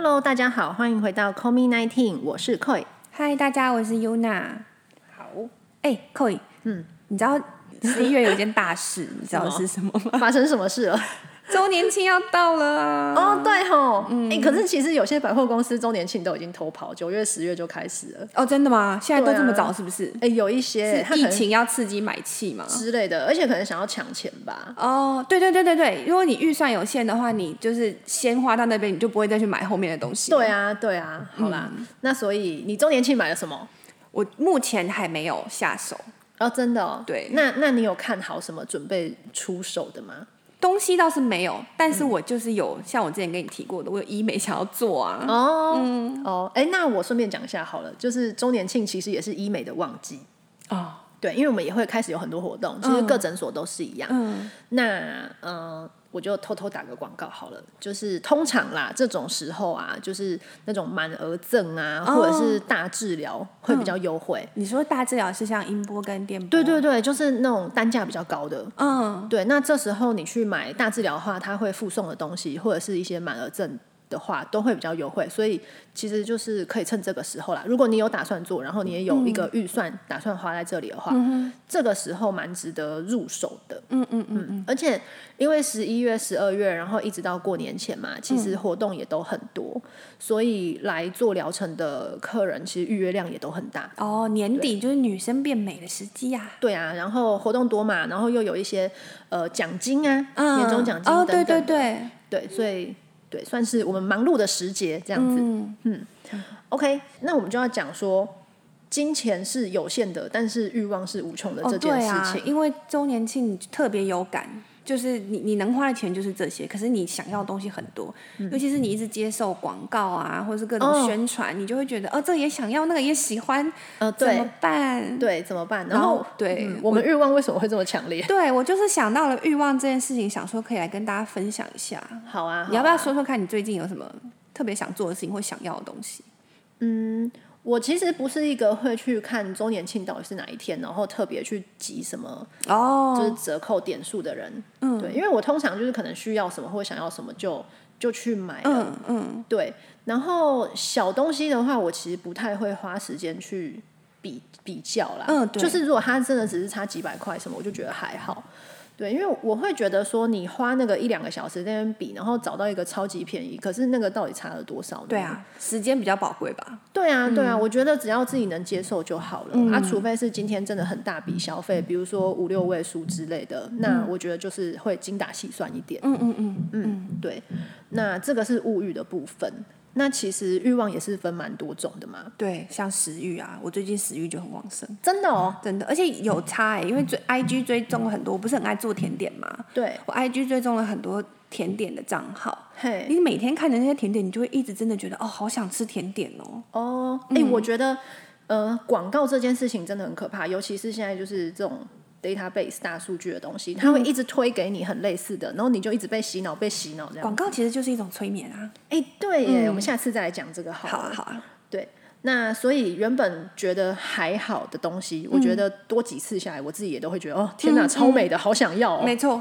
Hello， 大家好，欢迎回到 Call Me 19，我是 Koi。 嗨，大家，我是 Yuna。 好 ，Koi，你知道11月有一件大事，你知道是什么吗？ 发生什么事了？ 周年庆要到了啊！ 哦，对吼，可是其实有些百货公司周年庆都已经偷跑，9月、10月就开始了。 哦，真的吗？现在都这么早，是不是？ 有一些是疫情要刺激买气嘛之类的，而且可能想要抢钱吧。 哦，对，如果你预算有限的话，你就是先花到那边，你就不会再去买后面的东西。 对啊，好啦，那所以你周年庆买了什么？ 我目前还没有下手。 哦，真的哦。 对， 那你有看好什么准备出手的吗？ 东西倒是没有，但是我就是有，像我之前跟你提过的，我有医美想要做啊。 那我顺便讲一下好了，就是周年庆其实也是医美的旺季哦。对，因为我们也会开始有很多活动，其实各诊所都是一样。我就偷偷打个广告好了，就是通常啦这种时候啊，就是那种满额赠啊，或者是大治疗会比较优惠。 你说大治疗是像音波跟电波？ 对，就是那种单价比较高的。对，那这时候你去买大治疗的话，它会附送的东西或者是一些满额赠的话都会比较优惠，所以其实就是可以趁这个时候啦。如果你有打算做，然后你也有一个预算打算花在这里的话，这个时候蛮值得入手的。而且因为11月、12月，然后一直到过年前嘛，其实活动也都很多，所以来做疗程的客人其实预约量也都很大。 哦，年底就是女生变美的时机啊。 对啊，然后活动多嘛，然后又有一些奖金啊，年终奖金等等的。对，所以对，算是我们忙碌的时节这样子。OK， 那我们就要讲说，金钱是有限的，但是欲望是无穷的这件事情。 因为周年庆特别有感，就是你能花的钱就是这些，可是你想要的东西很多，尤其是你一直接受广告啊，或者是各种宣传，你就会觉得这也想要，那个也喜欢，怎么办？ 对，怎么办？然后我们欲望为什么会这么强烈？ 对，我就是想到了欲望这件事情，想说可以来跟大家分享一下。 好啊， 你要不要说说看你最近有什么特别想做的事情或想要的东西？ 我其实不是一个会去看周年庆到底是哪一天，然后特别去集什么就是折扣点数的人。对，因为我通常就是可能需要什么或想要什么就去买了。对。然后小东西的话，我其实不太会花时间去比较啦。就是如果它真的只是差几百块什么，我就觉得还好。对，因为我会觉得说，你花那个1-2个小时在那边比，然后找到一个超级便宜，可是那个到底差了多少呢？ 对啊，时间比较宝贵吧。 对啊，我觉得只要自己能接受就好了。除非是今天真的很大笔消费，比如说5-6位数之类的，那我觉得就是会精打细算一点。对，那这个是物欲的部分。那其实欲望也是分蛮多种的嘛。 对，像食欲啊，我最近食欲就很旺盛。 真的哦？ 真的，而且有差因为IG 追踪了很多，我不是很爱做甜点嘛。 对， 我 IG 追踪了很多甜点的账号。你每天看着那些甜点，你就会一直真的觉得好想吃甜点哦。 我觉得广告这件事情真的很可怕，尤其是现在就是这种database 大数据的东西，它会一直推给你很类似的，然后你就一直被洗脑这样。 广告其实就是一种催眠啊。 对耶，我们下次再来讲这个好了。 好啊。 对，那所以原本觉得还好的东西，我觉得多几次下来，我自己也都会觉得天哪，超美的，好想要没错。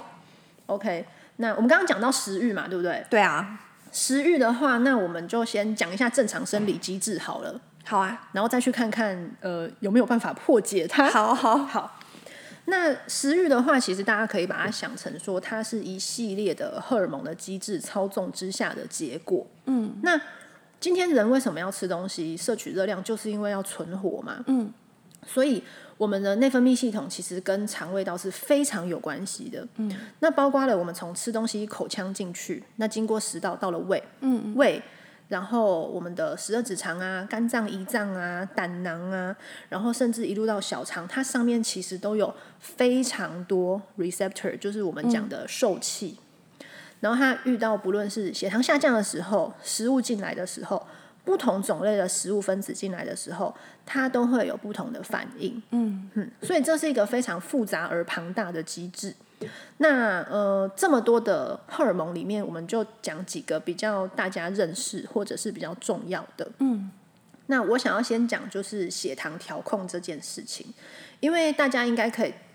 OK， 那我们刚刚讲到食欲嘛，对不对？ 对啊。 食欲的话，那我们就先讲一下正常生理机制好了。 好啊。 然后再去看看有没有办法破解它。好。那食欲的话，其实大家可以把它想成说，它是一系列的荷尔蒙的机制操纵之下的结果。那今天人为什么要吃东西、摄取热量，就是因为要存活嘛。所以我们的内分泌系统其实跟肠胃道是非常有关系的。那包括了我们从吃东西口腔进去，那经过食道到了胃，胃。然后我们的十二指肠啊、肝脏、胰脏啊、胆囊啊，然后甚至一路到小肠，它上面其实都有非常多 receptor， 就是我们讲的受器。然后它遇到不论是血糖下降的时候、食物进来的时候、不同种类的食物分子进来的时候，它都会有不同的反应。所以这是一个非常复杂而庞大的机制。那这么多的荷尔蒙里面，我们就讲几个比较大家认识或者是比较重要的。那我想要先讲就是血糖调控这件事情，因为大家应该可以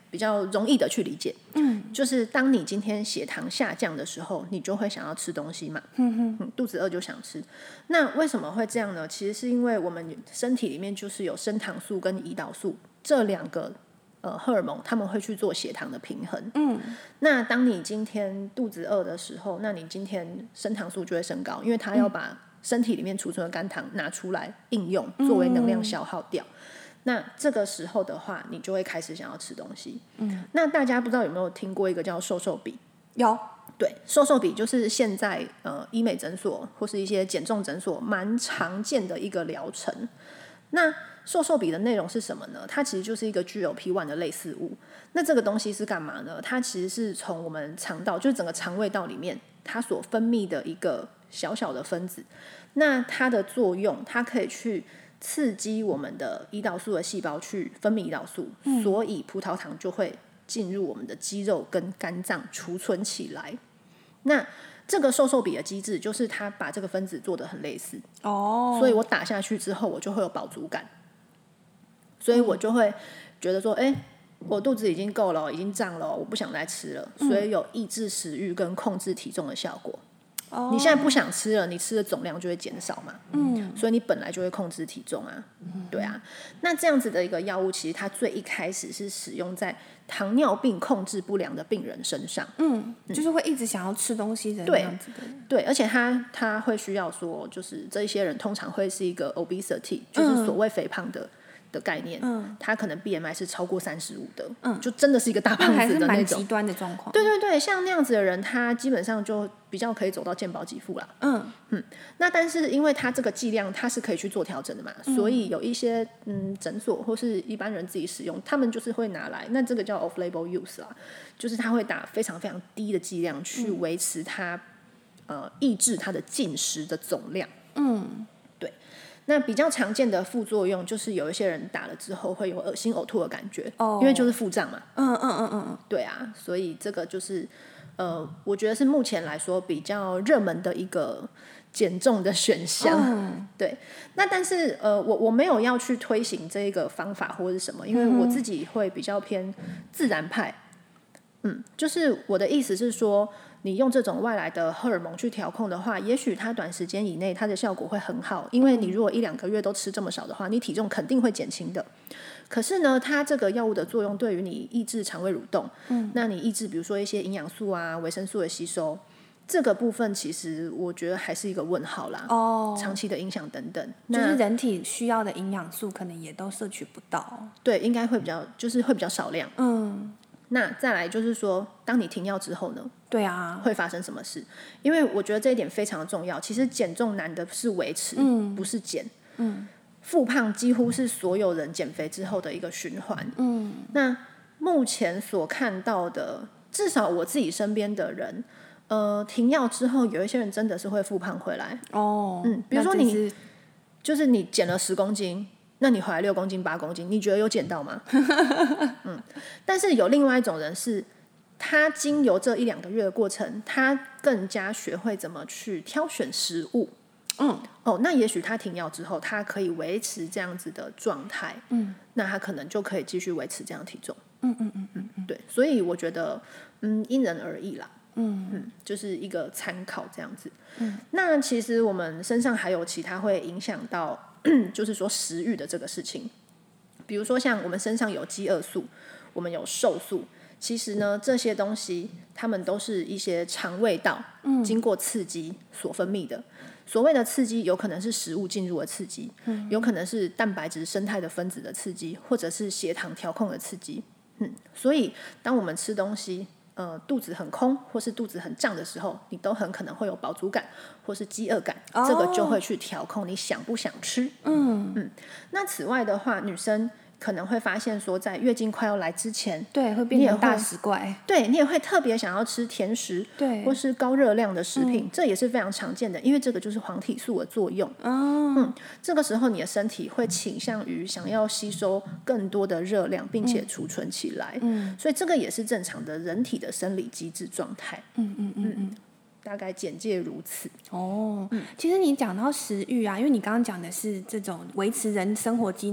比较容易的去理解，就是当你今天血糖下降的时候，你就会想要吃东西嘛，肚子饿就想吃。那为什么会这样呢？其实是因为我们身体里面就是有升糖素跟胰岛素这两个荷尔蒙，他们会去做血糖的平衡。那当你今天肚子饿的时候，那你今天升糖素就会升高，因为它要把身体里面储存的肝糖拿出来应用，作为能量消耗掉。那这个时候的话，你就会开始想要吃东西。那大家不知道有没有听过一个叫瘦瘦笔？ 有。 对，瘦瘦笔就是现在医美诊所或是一些减重诊所蛮常见的一个疗程。那瘦瘦笔的内容是什么呢？它其实就是一个 GLP-1 的类似物。那这个东西是干嘛呢？它其实是从我们肠道，就是整个肠胃道里面，它所分泌的一个小小的分子。那它的作用，它可以去刺激我们的胰岛素的细胞去分泌胰岛素，所以葡萄糖就会进入我们的肌肉跟肝脏储存起来。那这个瘦瘦笔的机制就是它把这个分子做得很类似，所以我打下去之后我就会有饱足感，所以我就会觉得说我肚子已经够了，已经胀了，我不想再吃了，所以有抑制食欲跟控制体重的效果。你现在不想吃了，你吃的总量就会减少嘛，所以你本来就会控制体重啊，对啊。那这样子的一个药物，其实它最一开始是使用在糖尿病控制不良的病人身上， 就是会一直想要吃东西的那样子的人。 对，而且他会需要说，就是这一些人通常会是一个 obesity，就是所谓肥胖的概念，他可能 BMI 是超过35的，就真的是一个大胖子的那种， 还是蛮极端的状况。 对对对，像那样子的人，他基本上就比较可以走到健保给付啦。那但是因为他这个剂量他是可以去做调整的嘛，所以有一些诊所或是一般人自己使用，他们就是会拿来，那这个叫 off-label use 啦，就是他会打非常非常低的剂量去维持他抑制他的进食的总量。对。那比较常见的副作用就是有一些人打了之后会有恶心呕吐的感觉，因为就是腹胀嘛。对啊，所以这个就是我觉得是目前来说比较热门的一个减重的选项。对，那但是我没有要去推行这个方法或是什么，因为我自己会比较偏自然派。就是我的意思是说，你用这种外来的荷尔蒙去调控的话，也许它短时间以内它的效果会很好，因为你如果1-2个月都吃这么少的话，你体重肯定会减轻的。可是呢，它这个药物的作用对于你抑制肠胃蠕动，那你抑制比如说一些营养素啊、维生素的吸收，这个部分其实我觉得还是一个问号啦。长期的影响等等， 就是人体需要的营养素可能也都摄取不到。 对，应该会比较少量。那再来就是说，当你停药之后呢？ 对啊， 会发生什么事？因为我觉得这一点非常的重要。其实减重难的是维持，不是减。复胖几乎是所有人减肥之后的一个循环。那目前所看到的，至少我自己身边的人，停药之后，有一些人真的是会复胖回来。比如说就是你减了10公斤。那你回来6公斤、8公斤，你觉得有减到吗？但是有另外一种人是，他经由这1-2个月的过程，他更加学会怎么去挑选食物。那也许他停药之后，他可以维持这样子的状态。那他可能就可以继续维持这样的体重。对，所以我觉得，因人而异啦。就是一个参考这样子。那其实我们身上还有其他会影响到。就是说食欲的这个事情，比如说像我们身上有饥饿素，我们有瘦素，其实呢这些东西它们都是一些肠胃道经过刺激所分泌的。所谓的刺激有可能是食物进入的刺激，有可能是蛋白质生态的分子的刺激，或者是血糖调控的刺激。所以当我们吃东西肚子很空或是肚子很胀的时候，你都很可能会有饱足感或是饥饿感，这个就会去调控你想不想吃。那此外的话，女生可能会发现说，在月经快要来之前， 对，会变成大食怪， 对，你也会特别想要吃甜食， 对， 或是高热量的食品，这也是非常常见的，因为这个就是黄体素的作用。这个时候你的身体会倾向于想要吸收更多的热量，并且储存起来。所以这个也是正常的人体的生理机制状态。大概简介如此。 其实你讲到食欲啊，因为你刚刚讲的是这种维持人生活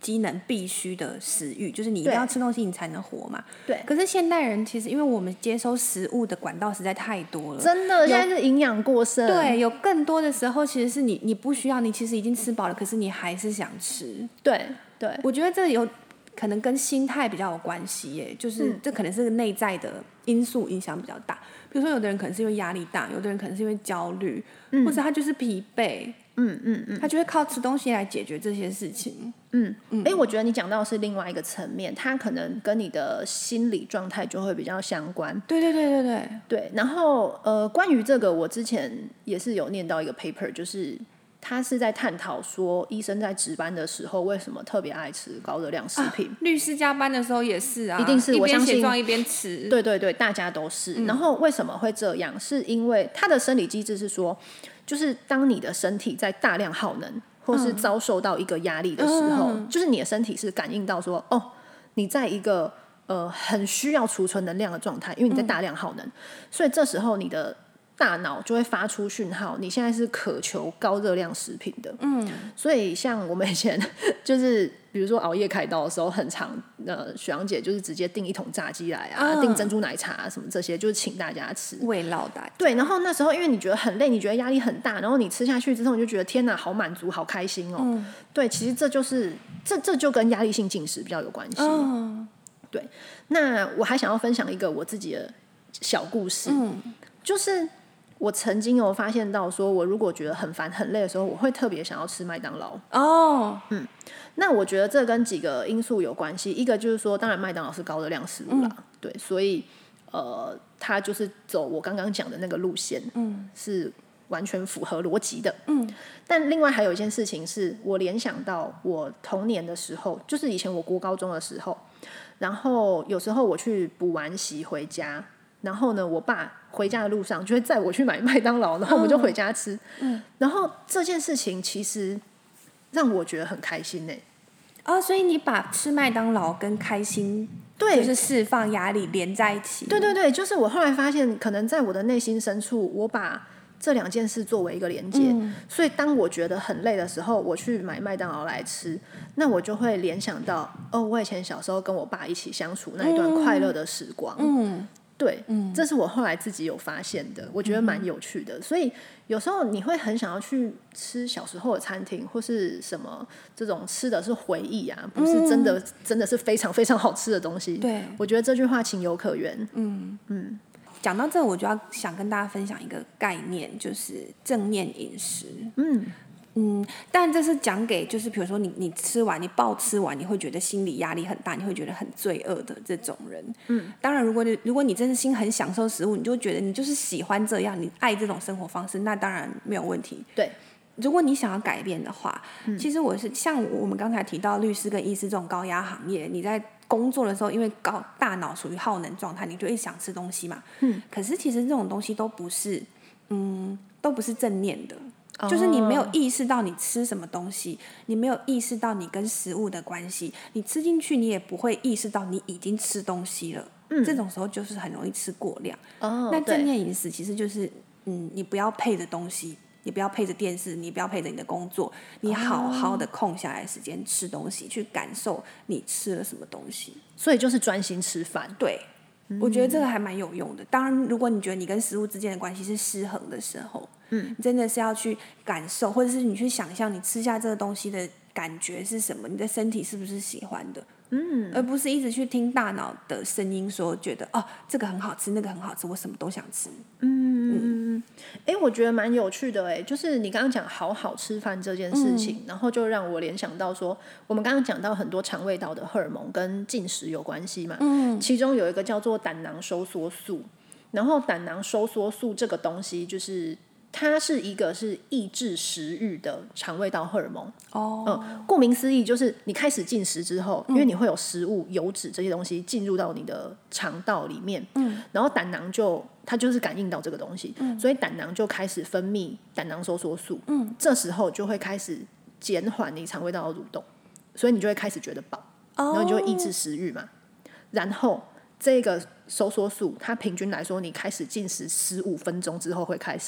机能必须的食欲，就是你一定要吃东西你才能活嘛。 对。 可是现代人其实因为我们接收食物的管道实在太多了， 真的现在是营养过剩。 对，有更多的时候其实是你不需要，你其实已经吃饱了，可是你还是想吃。 对对， 我觉得这有可能跟心态比较有关系耶，就是这可能是个内在的因素影响比较大。比如说有的人可能是因为压力大，有的人可能是因为焦虑，或者他就是疲惫，他就会靠吃东西来解决这些事情。 我觉得你讲到的是另外一个层面，它可能跟你的心理状态就会比较相关。 对。 然后关于这个，我之前也是有念到一个 paper， 就是他是在探讨说，医生在值班的时候为什么特别爱吃高热量食品。 律师加班的时候也是啊， 一定是，我相信一边写状一边吃。 对，大家都是。然后为什么会这样？是因为它的生理机制是说，就是当你的身体在大量耗能，或是遭受到一个压力的时候，就是你的身体是感应到说，哦，你在一个很需要储存能量的状态，因为你在大量耗能，所以这时候你的大脑就会发出讯号，你现在是渴求高热量食品的。所以像我们以前就是比如说熬夜开刀的时候，很常许阳姐就是直接订一桶炸鸡来啊，订珍珠奶茶什么这些，就是请大家吃， 慰劳大家。 对，然后那时候因为你觉得很累，你觉得压力很大，然后你吃下去之后，你就觉得天哪，好满足，好开心哦。对，其实这就是这就跟压力性进食比较有关系。对，那我还想要分享一个我自己的小故事，就是我曾经有发现到说，我如果觉得很烦很累的时候，我会特别想要吃麦当劳。那我觉得这跟几个因素有关系，一个就是说，当然麦当劳是高热量食物啦，对，所以它就是走我刚刚讲的那个路线，是完全符合逻辑的。但另外还有一件事情是我联想到我童年的时候，就是以前我国高中的时候，然后有时候我去补完习回家，然后呢，我爸回家的路上就会载我去买麦当劳，然后我们就回家吃。然后这件事情其实让我觉得很开心欸。 所以你把吃麦当劳跟开心，对，就是释放压力连在一起。 对，就是我后来发现，可能在我的内心深处，我把这两件事作为一个连接，所以当我觉得很累的时候，我去买麦当劳来吃，那我就会联想到，我以前小时候跟我爸一起相处那一段快乐的时光。对，这是我后来自己有发现的，我觉得蛮有趣的。所以有时候你会很想要去吃小时候的餐厅，或是什么这种吃的是回忆啊，不是真的是非常非常好吃的东西。对，我觉得这句话情有可原。 讲到这，我就要想跟大家分享一个概念，就是正念饮食。但这是讲给就是比如说你吃完你暴吃完，你会觉得心理压力很大，你会觉得很罪恶的这种人。当然如果你真的心很享受食物，你就觉得你就是喜欢这样，你爱这种生活方式，那当然没有问题。对，如果你想要改变的话，其实我是像我们刚才提到律师跟医师这种高压行业，你在工作的时候，因为大脑属于耗能状态，你就会想吃东西嘛。可是其实这种东西都不是正念的。就是你没有意识到你吃什么东西，你没有意识到你跟食物的关系，你吃进去你也不会意识到你已经吃东西了。这种时候就是很容易吃过量。那正念饮食其实就是你不要配着东西，你不要配着电视，你不要配着你的工作，你好好的空下来时间吃东西，去感受你吃了什么东西。 所以就是专心吃饭。 对，我觉得这个还蛮有用的。当然如果你觉得你跟食物之间的关系是失衡的时候，你真的是要去感受，或者是你去想象你吃下这个东西的感觉是什么，你的身体是不是喜欢的，而不是一直去听大脑的声音说觉得这个很好吃，那个很好吃，我什么都想吃。 我觉得蛮有趣的就是你刚刚讲好好吃饭这件事情，然后就让我联想到说，我们刚刚讲到很多肠胃道的荷尔蒙跟进食有关系嘛，其中有一个叫做胆囊收缩素，然后胆囊收缩素这个东西就是它是一个是抑制食欲的肠胃道荷尔蒙。顾名思义就是你开始进食之后，因为你会有食物油脂这些东西进入到你的肠道里面，然后胆囊它就是感应到这个东西，所以胆囊就开始分泌胆囊收缩素，这时候就会开始减缓你肠胃道的蠕动，所以你就会开始觉得饱，然后你就会抑制食欲嘛。然后这个收缩素它平均来说你开始进食15分钟之后会开始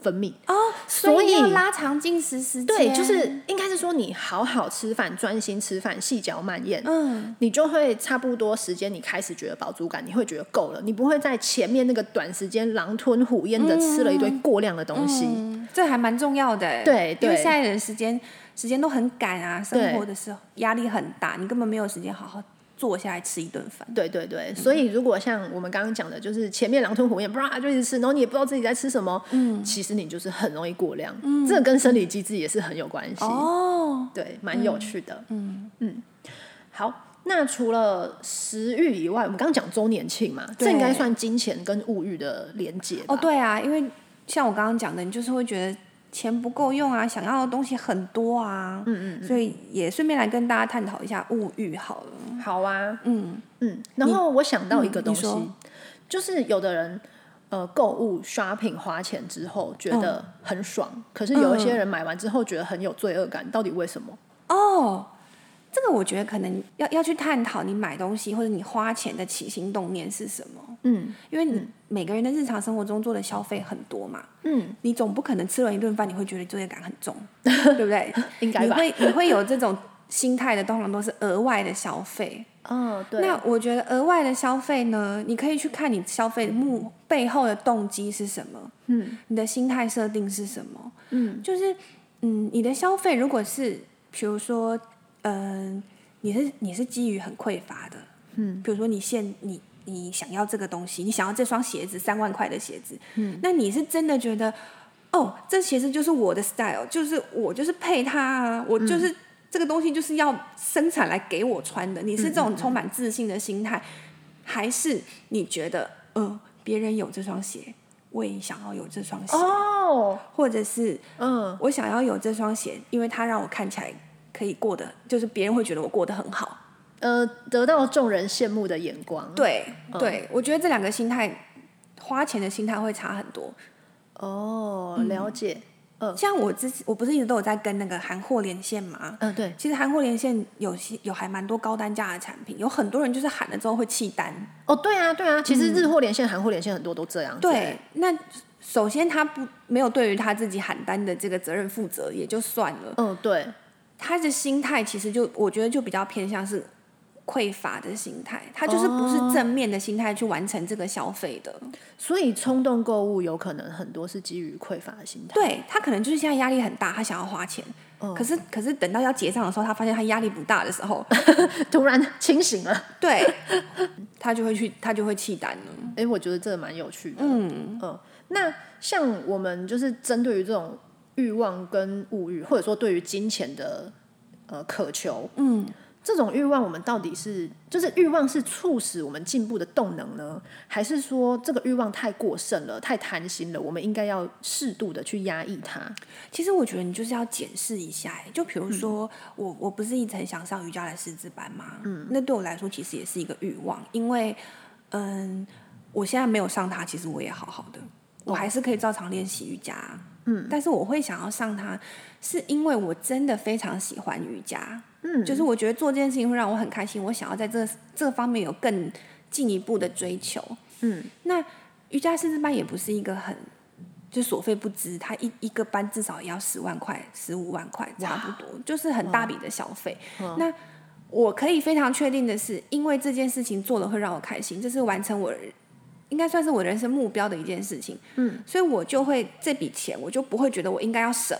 分泌所以要拉长进食时间。 对，就是应该是说你好好吃饭，专心吃饭，细嚼慢咽，你就会差不多时间你开始觉得饱足感，你会觉得够了，你不会在前面那个短时间狼吞虎咽的吃了一堆过量的东西。 这还蛮重要的。 对， 因为现在人时间都很赶啊，生活的时候压力很大，你根本没有时间好好坐下来吃一顿饭。 对对对，所以如果像我们刚刚讲的，就是前面狼吞虎咽，就一直吃，然后你也不知道自己在吃什么，其实你就是很容易过量。这个跟生理机制也是很有关系。对，蛮有趣的。好，那除了食欲以外，我们刚刚讲周年庆嘛，这应该算金钱跟物欲的连结吧？ 对啊，因为像我刚刚讲的，你就是会觉得钱不够用啊，想要的东西很多啊，所以也顺便来跟大家探讨一下物欲好了。 好啊，然后我想到一个东西，就是有的人购物 shopping 花钱之后觉得很爽，可是有一些人买完之后觉得很有罪恶感，到底为什么？ 这个我觉得可能要去探讨你买东西或者你花钱的起心动念是什么。因为你每个人的日常生活中做的消费很多嘛。你总不可能吃了一顿饭你会觉得罪恶感很重，对不对？ 应该吧。 你会有这种心态的，通常都是额外的消费。 对。 那我觉得额外的消费呢，你可以去看你消费背后的动机是什么。你的心态设定是什么。就是你的消费如果是比如说你是基于很匮乏的，比如说你想要这个东西，你想要这双鞋子3万块的鞋子，那你是真的觉得这鞋子就是我的 style， 就是我就是配它啊，我就是这个东西就是要生产来给我穿的，你是这种充满自信的心态，还是你觉得别人有这双鞋我也想要有这双鞋，或者是我想要有这双鞋因为它让我看起来可以过得，就是别人会觉得我过得很好， 得到众人羡慕的眼光。 对，我觉得这两个心态，花钱的心态会差很多。 了解。 像我不是一直都有在跟那个韩货连线吗？ 对。 其实韩货连线有还蛮多高单价的产品，有很多人就是喊了之后会弃单。 对啊，其实日货连线、韩货连线很多都这样子。 对，那首先他没有对于他自己喊单的这个责任负责也就算了。 对。 他的心态其实我觉得就比较偏向是匮乏的心态，他就是不是正面的心态去完成这个消费的。 所以冲动购物有可能很多是基于匮乏的心态。 对，他可能就是现在压力很大，他想要花钱，可是等到要结账的时候，他发现他压力不大的时候突然清醒了， 对，他就会弃单了。 我觉得这个蛮有趣的。那像我们就是针对于这种欲望跟物欲，或者说对于金钱的渴求，这种欲望我们到底是就是欲望是促使我们进步的动能呢，还是说这个欲望太过剩了，太贪心了，我们应该要适度的去压抑它？ 其实我觉得你就是要检视一下，就比如说我不是一直很想上瑜伽的师资班吗？那对我来说其实也是一个欲望，因为我现在没有上它，其实我也好好的，我还是可以照常练习瑜伽。但是我会想要上它，是因为我真的非常喜欢瑜伽。就是我觉得做这件事情会让我很开心，我想要在这方面有更进一步的追求。那瑜伽师资班也不是一个很就所费不赀，它一个班至少也要10万块、15万块，差不多，就是很大笔的消费。那我可以非常确定的是，因为这件事情做了会让我开心，这是完成我应该算是我人生目标的一件事情。所以我就会这笔钱我就不会觉得我应该要省。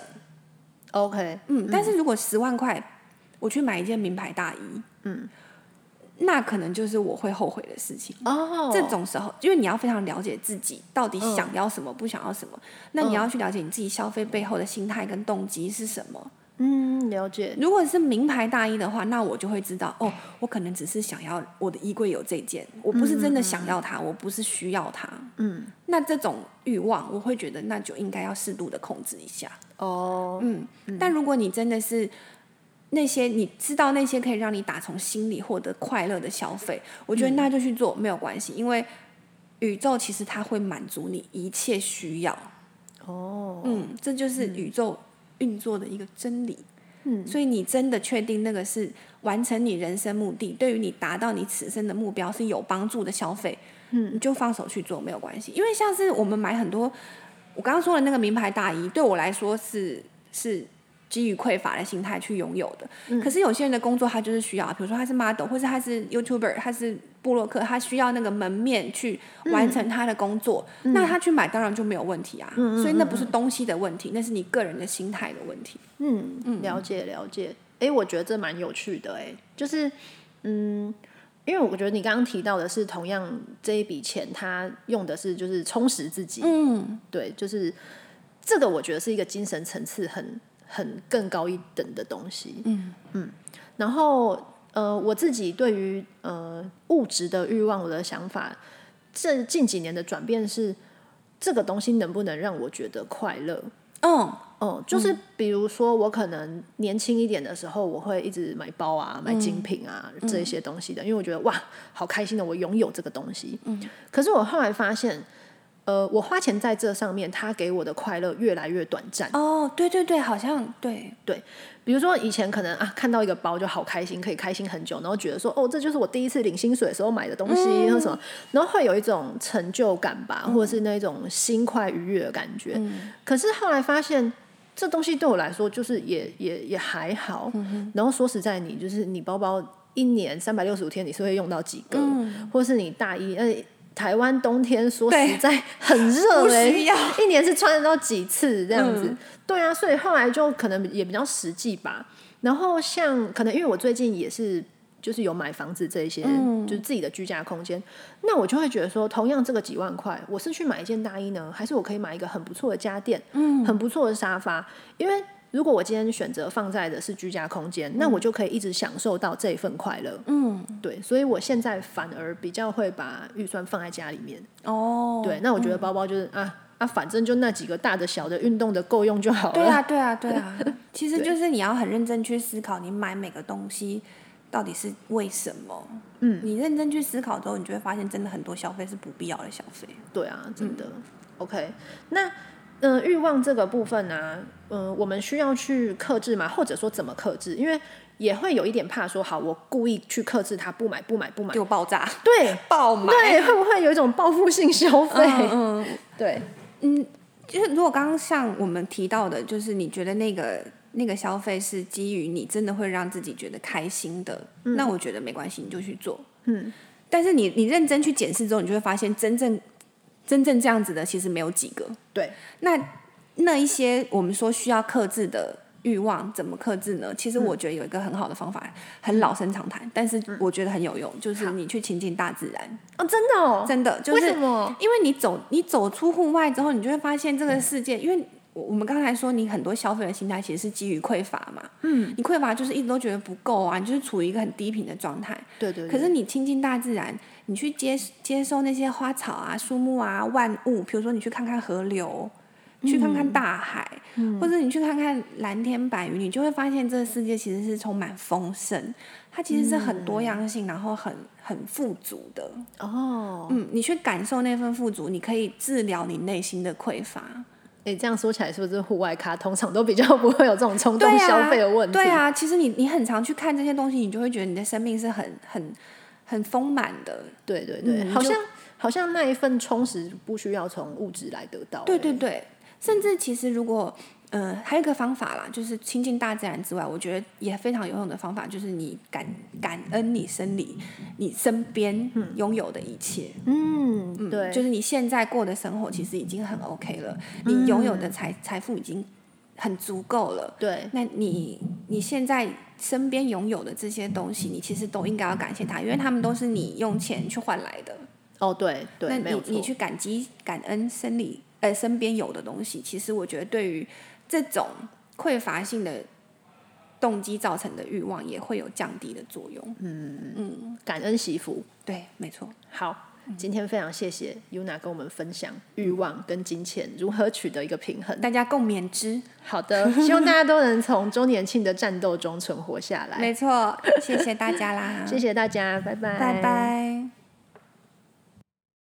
OK。 但是如果10万块我去买一件名牌大衣，那可能就是我会后悔的事情。这种时候因为你要非常了解自己到底想要什么，不想要什么，那你要去了解你自己消费背后的心态跟动机是什么。 了解。 如果是名牌大衣的话，那我就会知道我可能只是想要我的衣柜有这件，我不是真的想要它，我不是需要它。那这种欲望我会觉得那就应该要适度的控制一下。但如果你真的是那些你知道那些可以让你打从心里获得快乐的消费，我觉得那就去做，没有关系，因为宇宙其实它会满足你一切需要。这就是宇宙运作的一个真理。所以你真的确定那个是完成你人生目的，对于你达到你此生的目标是有帮助的消费，你就放手去做，没有关系。因为像是我们买很多我刚刚说的那个名牌大衣，对我来说是基于匮乏的心态去拥有的。可是有些人的工作他就是需要，比如说他是 model， 或是他是 YouTuber， 他是部落客，他需要那个门面去完成他的工作，那他去买当然就没有问题啊。所以那不是东西的问题，那是你个人的心态的问题。 了解了解。我觉得这蛮有趣的就是因为我觉得你刚刚提到的是同样这一笔钱他用的是就是充实自己，对，就是这个我觉得是一个精神层次很更高一等的东西。然后我自己对于物质的欲望，我的想法这近几年的转变是这个东西能不能让我觉得快乐。就是比如说我可能年轻一点的时候我会一直买包啊买精品啊这些东西的，因为我觉得哇好开心的我拥有这个东西。可是我后来发现我花钱在这上面它给我的快乐越来越短暂。 对对对，好像对， 比如说以前可能看到一个包就好开心，可以开心很久，然后觉得说这就是我第一次领薪水的时候买的东西或什么，然后会有一种成就感吧，或者是那种心快愉悦的感觉。可是后来发现这东西对我来说就是也还好。然后说实在就是你包包一年365天你是会用到几个，或是你大衣台湾冬天说实在很热一年是穿得到几次这样子。对啊，所以后来就可能也比较实际吧。然后像可能因为我最近也是就是有买房子这一些，就是自己的居家空间，那我就会觉得说同样这个几万块我是去买一件大衣呢，还是我可以买一个很不错的家电，很不错的沙发。因为如果我今天选择放在的是居家空间，那我就可以一直享受到这一份快乐。对，所以我现在反而比较会把预算放在家里面。对，那我觉得包包就是反正就那几个大的小的运动的够用就好了。 对啊其实就是你要很认真去思考你买每个东西到底是为什么。你认真去思考之后，你就会发现真的很多消费是不必要的消费。 对啊，真的。OK， 那欲望这个部分呢，我们需要去克制吗？或者说怎么克制？因为也会有一点怕说，好，我故意去克制它，不买， 就爆炸， 对， 爆买， 对，会不会有一种报复性消费？对， 就是如果刚刚像我们提到的，就是你觉得那个消费是基于你真的会让自己觉得开心的，那我觉得没关系，你就去做。但是你认真去检视之后，你就会发现真正这样子的其实没有几个。 对， 那一些我们说需要克制的欲望怎么克制呢？其实我觉得有一个很好的方法，很老生常谈，但是我觉得很有用，就是你去亲近大自然。 真的哦， 真的，就是为什么？ 因为你走出户外之后，你就会发现这个世界，因为我们刚才说你很多消费的心态其实是基于匮乏嘛。你匮乏就是一直都觉得不够啊，你就是处于一个很低频的状态。 对。 可是你亲近大自然，你去接受那些花草啊、树木啊、万物，比如说你去看看河流，去看看大海，或者你去看看蓝天白云，你就会发现这个世界其实是充满丰盛，它其实是很多样性，然后很富足的。你去感受那份富足，你可以治疗你内心的匮乏。 这样说起来是不是户外咖通常都比较不会有这种冲动消费的问题？ 对啊，其实你很常去看这些东西，你就会觉得你的生命是很丰满的。 对，好像那一份充实不需要从物质来得到。 对，甚至其实如果还有一个方法啦，就是亲近大自然之外，我觉得也非常有用的方法，就是你感恩你身边拥有的一切。对，就是你现在过的生活其实已经很 OK 了，你拥有的财富已经很足够了。 对， 那你现在身边拥有的这些东西，你其实都应该要感谢他，因为他们都是你用钱去换来的。 对， 那没有错。 你去感恩身边有的东西，其实我觉得对于这种匮乏性的动机造成的欲望也会有降低的作用。 感恩惜福。 对，没错。 好，今天非常谢谢 Yuna 跟我们分享欲望跟金钱如何取得一个平衡， 大家共勉之。 好的，希望大家都能从周年庆的战斗中存活下来。 没错，谢谢大家啦。 谢谢大家，拜拜， 拜拜。